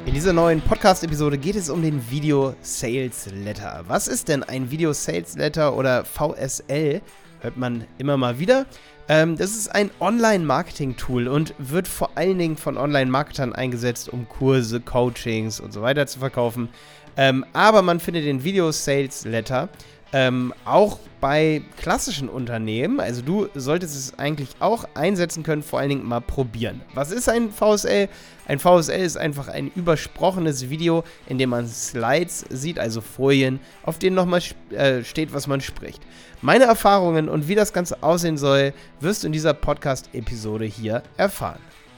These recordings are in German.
In dieser neuen Podcast-Episode geht es um den Video Sales Letter. Was ist denn ein Video Sales Letter oder VSL? Hört man immer mal wieder. Das ist ein Online-Marketing-Tool und wird vor allen Dingen von Online-Marketern eingesetzt, um Kurse, Coachings und so weiter zu verkaufen. Aber man findet den Video Sales Letter auch bei klassischen Unternehmen. Also du solltest es eigentlich auch einsetzen können, vor allen Dingen mal probieren. Was ist ein VSL? Ein VSL ist einfach ein übersprochenes Video, in dem man Slides sieht, also Folien, auf denen nochmal steht, was man spricht. Meine Erfahrungen und wie das Ganze aussehen soll, wirst du in dieser Podcast-Episode hier erfahren.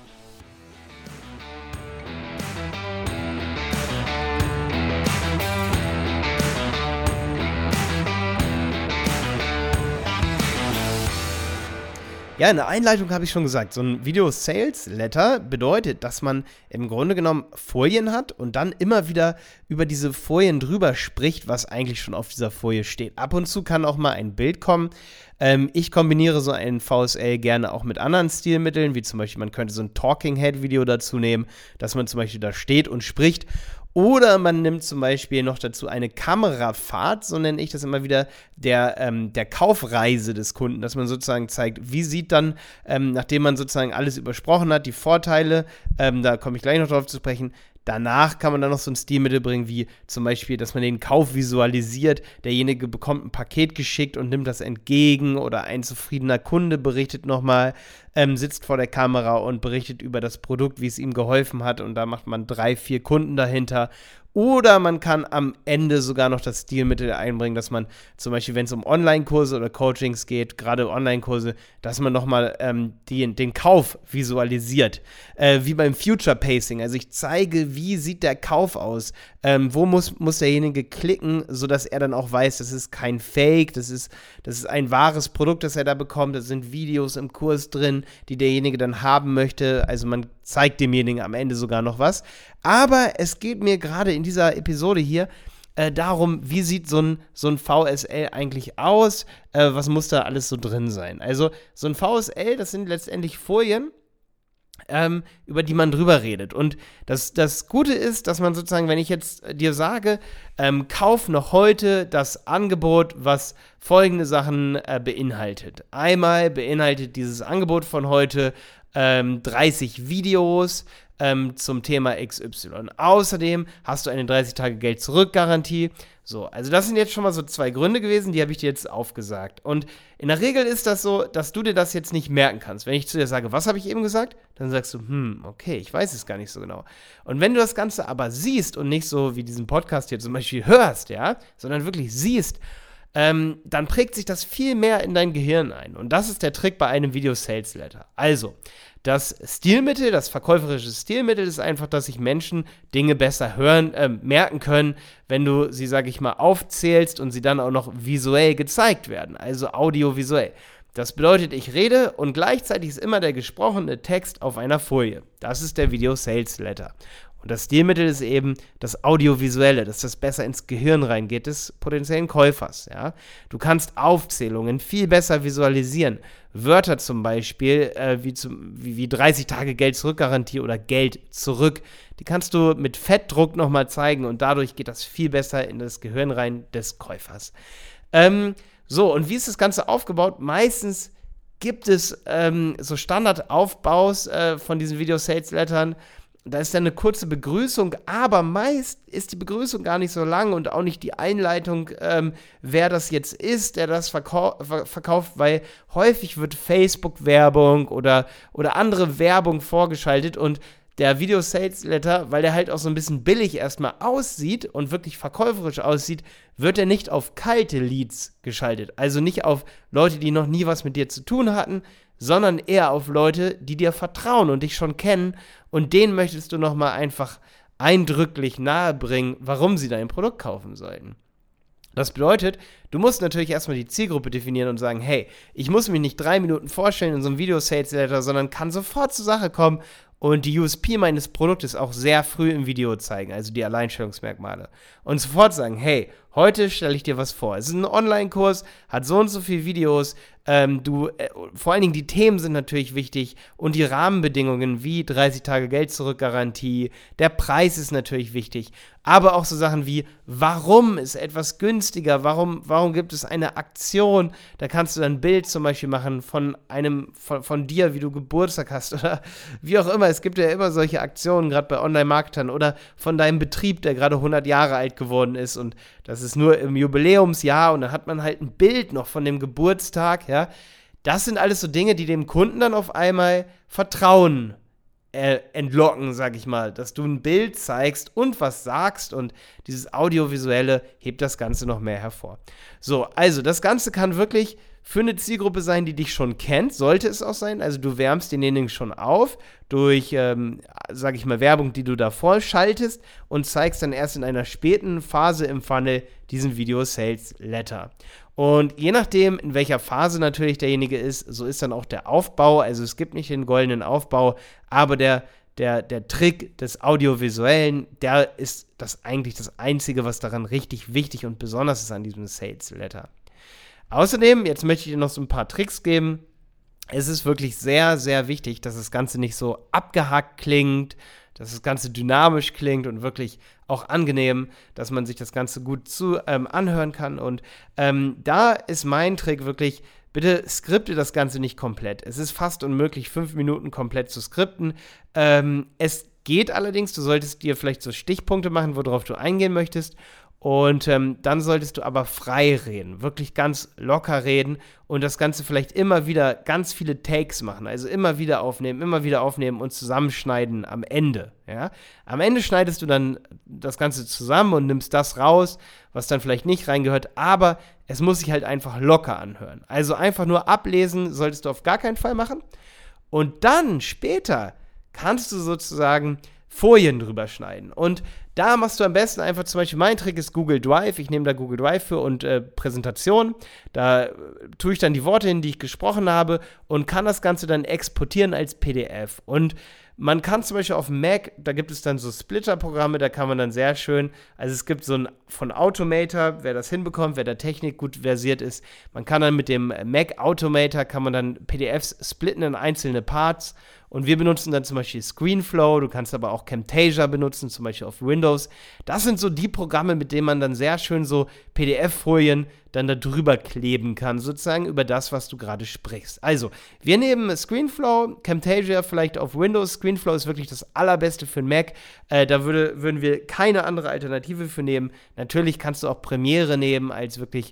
Ja, in der Einleitung habe ich schon gesagt, so ein Video Sales Letter bedeutet, dass man im Grunde genommen Folien hat und dann immer wieder über diese Folien drüber spricht, was eigentlich schon auf dieser Folie steht. Ab und zu kann auch mal ein Bild kommen. Ich kombiniere so ein VSL gerne auch mit anderen Stilmitteln, wie zum Beispiel, man könnte so ein Talking Head Video dazu nehmen, dass man zum Beispiel da steht und spricht. Oder man nimmt zum Beispiel noch dazu eine Kamerafahrt, so nenne ich das immer wieder, der Kaufreise des Kunden, dass man sozusagen zeigt, wie sieht dann, nachdem man sozusagen alles übersprochen hat, die Vorteile, da komme ich gleich noch drauf zu sprechen. Danach kann man dann noch so ein Stilmittel bringen, wie zum Beispiel, dass man den Kauf visualisiert. Derjenige bekommt ein Paket geschickt und nimmt das entgegen, oder ein zufriedener Kunde berichtet nochmal, sitzt vor der Kamera und berichtet über das Produkt, wie es ihm geholfen hat, und da macht man 3, 4 Kunden dahinter. Oder man kann am Ende sogar noch das Stilmittel einbringen, dass man zum Beispiel, wenn es um Online-Kurse oder Coachings geht, gerade Online-Kurse, dass man nochmal den Kauf visualisiert. Wie beim Future Pacing. Also ich zeige, wie sieht der Kauf aus? Wo muss derjenige klicken, sodass er dann auch weiß, das ist kein Fake, das ist ein wahres Produkt, das er da bekommt. Da sind Videos im Kurs drin, die derjenige dann haben möchte. Also man zeigt demjenigen am Ende sogar noch was. Aber es geht mir gerade in dieser Episode hier darum, wie sieht so ein VSL eigentlich aus? Was muss da alles so drin sein? Also so ein VSL, das sind letztendlich Folien, über die man drüber redet. Und das Gute ist, dass man sozusagen, wenn ich jetzt dir sage, kauf noch heute das Angebot, was folgende Sachen beinhaltet. Einmal beinhaltet dieses Angebot von heute 30 Videos zum Thema XY. Außerdem hast du eine 30-Tage-Geld-Zurück-Garantie. So, also das sind jetzt schon mal so 2 Gründe gewesen, die habe ich dir jetzt aufgesagt. Und in der Regel ist das so, dass du dir das jetzt nicht merken kannst. Wenn ich zu dir sage, was habe ich eben gesagt? Dann sagst du, okay, ich weiß es gar nicht so genau. Und wenn du das Ganze aber siehst und nicht so wie diesen Podcast hier zum Beispiel hörst, ja, sondern wirklich siehst, dann prägt sich das viel mehr in dein Gehirn ein. Und das ist der Trick bei einem Video Sales Letter. Also, das Stilmittel, das verkäuferische Stilmittel ist einfach, dass sich Menschen Dinge besser merken können, wenn du sie, sag ich mal, aufzählst und sie dann auch noch visuell gezeigt werden, also audiovisuell. Das bedeutet, ich rede und gleichzeitig ist immer der gesprochene Text auf einer Folie. Das ist der Video Sales Letter. Und das Stilmittel ist eben das Audiovisuelle, dass das besser ins Gehirn reingeht des potenziellen Käufers. Ja? Du kannst Aufzählungen viel besser visualisieren. Wörter zum Beispiel, wie 30 Tage Geld-Zurück-Garantie oder Geld zurück, die kannst du mit Fettdruck nochmal zeigen und dadurch geht das viel besser in das Gehirn rein des Käufers. So, und wie ist das Ganze aufgebaut? Meistens gibt es so Standardaufbaus von diesen Video-Sales-Lettern. Da ist dann eine kurze Begrüßung, aber meist ist die Begrüßung gar nicht so lang und auch nicht die Einleitung, wer das jetzt ist, der das verkauft, weil häufig wird Facebook-Werbung oder andere Werbung vorgeschaltet und der Video Sales Letter, weil der halt auch so ein bisschen billig erstmal aussieht und wirklich verkäuferisch aussieht, wird er nicht auf kalte Leads geschaltet. Also nicht auf Leute, die noch nie was mit dir zu tun hatten, sondern eher auf Leute, die dir vertrauen und dich schon kennen, und denen möchtest du nochmal einfach eindrücklich nahebringen, warum sie dein Produkt kaufen sollten. Das bedeutet, du musst natürlich erstmal die Zielgruppe definieren und sagen, hey, ich muss mich nicht 3 Minuten vorstellen in so einem Video-Sales-Letter, sondern kann sofort zur Sache kommen und die USP meines Produktes auch sehr früh im Video zeigen, also die Alleinstellungsmerkmale. Und sofort sagen, hey, heute stelle ich dir was vor. Es ist ein Online-Kurs, hat so und so viele Videos. Vor allen Dingen die Themen sind natürlich wichtig und die Rahmenbedingungen wie 30 Tage Geld-Zurück-Garantie, der Preis ist natürlich wichtig, aber auch so Sachen wie, warum ist etwas günstiger, warum gibt es eine Aktion, da kannst du dann ein Bild zum Beispiel machen von dir, wie du Geburtstag hast oder wie auch immer, es gibt ja immer solche Aktionen, gerade bei Online-Marketern oder von deinem Betrieb, der gerade 100 Jahre alt geworden ist und das ist nur im Jubiläumsjahr und dann hat man halt ein Bild noch von dem Geburtstag, ja. Das sind alles so Dinge, die dem Kunden dann auf einmal Vertrauen entlocken, sag ich mal, dass du ein Bild zeigst und was sagst und dieses Audiovisuelle hebt das Ganze noch mehr hervor. So, also das Ganze kann wirklich für eine Zielgruppe sein, die dich schon kennt, sollte es auch sein, also du wärmst denjenigen schon auf durch, sag ich mal, Werbung, die du davor schaltest und zeigst dann erst in einer späten Phase im Funnel diesen Video Sales Letter. Und je nachdem, in welcher Phase natürlich derjenige ist, so ist dann auch der Aufbau. Also es gibt nicht den goldenen Aufbau, aber der Trick des Audiovisuellen, der ist eigentlich das Einzige, was daran richtig wichtig und besonders ist an diesem Sales Letter. Außerdem, jetzt möchte ich dir noch so ein paar Tricks geben. Es ist wirklich sehr, sehr wichtig, dass das Ganze nicht so abgehackt klingt, dass das Ganze dynamisch klingt und wirklich auch angenehm, dass man sich das Ganze gut anhören kann. Und da ist mein Trick wirklich, bitte skripte das Ganze nicht komplett. Es ist fast unmöglich, 5 Minuten komplett zu skripten. Es geht allerdings, du solltest dir vielleicht so Stichpunkte machen, worauf du eingehen möchtest. Und dann solltest du aber frei reden, wirklich ganz locker reden und das Ganze vielleicht immer wieder ganz viele Takes machen, also immer wieder aufnehmen und zusammenschneiden am Ende. Ja? Am Ende schneidest du dann das Ganze zusammen und nimmst das raus, was dann vielleicht nicht reingehört, aber es muss sich halt einfach locker anhören. Also einfach nur ablesen solltest du auf gar keinen Fall machen. Und dann später kannst du sozusagen Folien drüber schneiden. Und da machst du am besten einfach zum Beispiel, mein Trick ist Google Drive. Ich nehme da Google Drive für und Präsentation. Da tue ich dann die Worte hin, die ich gesprochen habe und kann das Ganze dann exportieren als PDF. Und man kann zum Beispiel auf dem Mac, da gibt es dann so Splitter-Programme, da kann man dann sehr schön, also es gibt so ein von Automator, wer das hinbekommt, wer der Technik gut versiert ist, man kann dann mit dem Mac Automator, kann man dann PDFs splitten in einzelne Parts und wir benutzen dann zum Beispiel ScreenFlow, du kannst aber auch Camtasia benutzen, zum Beispiel auf Windows. Das sind so die Programme, mit denen man dann sehr schön so PDF-Folien dann da drüber kleben kann, sozusagen über das, was du gerade sprichst. Also, wir nehmen ScreenFlow, Camtasia vielleicht auf Windows. ScreenFlow ist wirklich das allerbeste für den Mac. Da würden wir keine andere Alternative für nehmen. Natürlich kannst du auch Premiere nehmen als wirklich,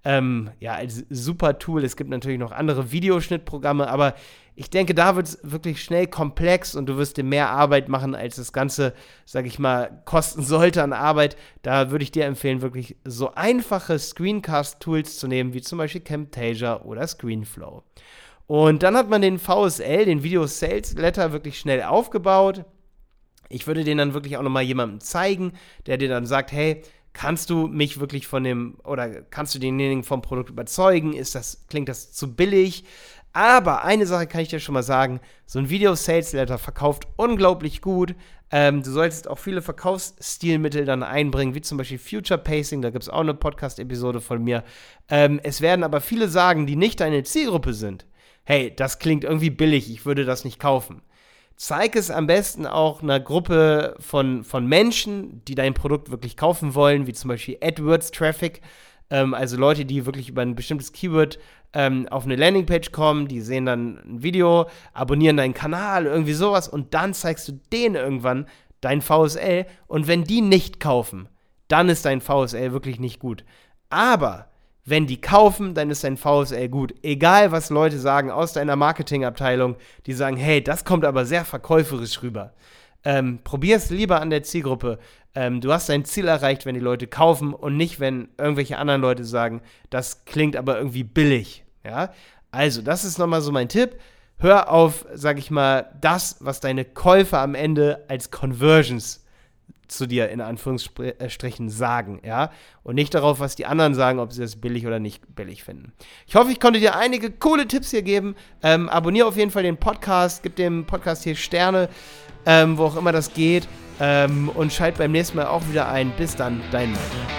als super Tool. Es gibt natürlich noch andere Videoschnittprogramme, aber ich denke, da wird es wirklich schnell komplex und du wirst dir mehr Arbeit machen, als das Ganze, sag ich mal, kosten sollte an Arbeit. Da würde ich dir empfehlen, wirklich so einfache Screencast-Tools zu nehmen, wie zum Beispiel Camtasia oder ScreenFlow. Und dann hat man den VSL, den Video Sales Letter, wirklich schnell aufgebaut. Ich würde den dann wirklich auch nochmal jemandem zeigen, der dir dann sagt, hey, kannst du mich wirklich kannst du denjenigen vom Produkt überzeugen? Klingt das zu billig? Aber eine Sache kann ich dir schon mal sagen, so ein Video-Sales-Letter verkauft unglaublich gut. Du solltest auch viele Verkaufsstilmittel dann einbringen, wie zum Beispiel Future Pacing, da gibt es auch eine Podcast-Episode von mir. Es werden aber viele sagen, die nicht deine Zielgruppe sind, hey, das klingt irgendwie billig, ich würde das nicht kaufen. Zeig es am besten auch einer Gruppe von Menschen, die dein Produkt wirklich kaufen wollen, wie zum Beispiel AdWords-Traffic, also Leute, die wirklich über ein bestimmtes Keyword auf eine Landingpage kommen, die sehen dann ein Video, abonnieren deinen Kanal, irgendwie sowas und dann zeigst du denen irgendwann dein VSL und wenn die nicht kaufen, dann ist dein VSL wirklich nicht gut. Aber wenn die kaufen, dann ist dein VSL gut. Egal, was Leute sagen aus deiner Marketingabteilung, die sagen, hey, das kommt aber sehr verkäuferisch rüber. Probier es lieber an der Zielgruppe. Du hast dein Ziel erreicht, wenn die Leute kaufen und nicht, wenn irgendwelche anderen Leute sagen, das klingt aber irgendwie billig. Ja? Also, das ist nochmal so mein Tipp. Hör auf, sag ich mal, das, was deine Käufer am Ende als Conversions zu dir in Anführungsstrichen sagen, ja, und nicht darauf, was die anderen sagen, ob sie das billig oder nicht billig finden. Ich hoffe, ich konnte dir einige coole Tipps hier geben. Abonniere auf jeden Fall den Podcast, gib dem Podcast hier Sterne, wo auch immer das geht, und schalt beim nächsten Mal auch wieder ein. Bis dann, dein Mann.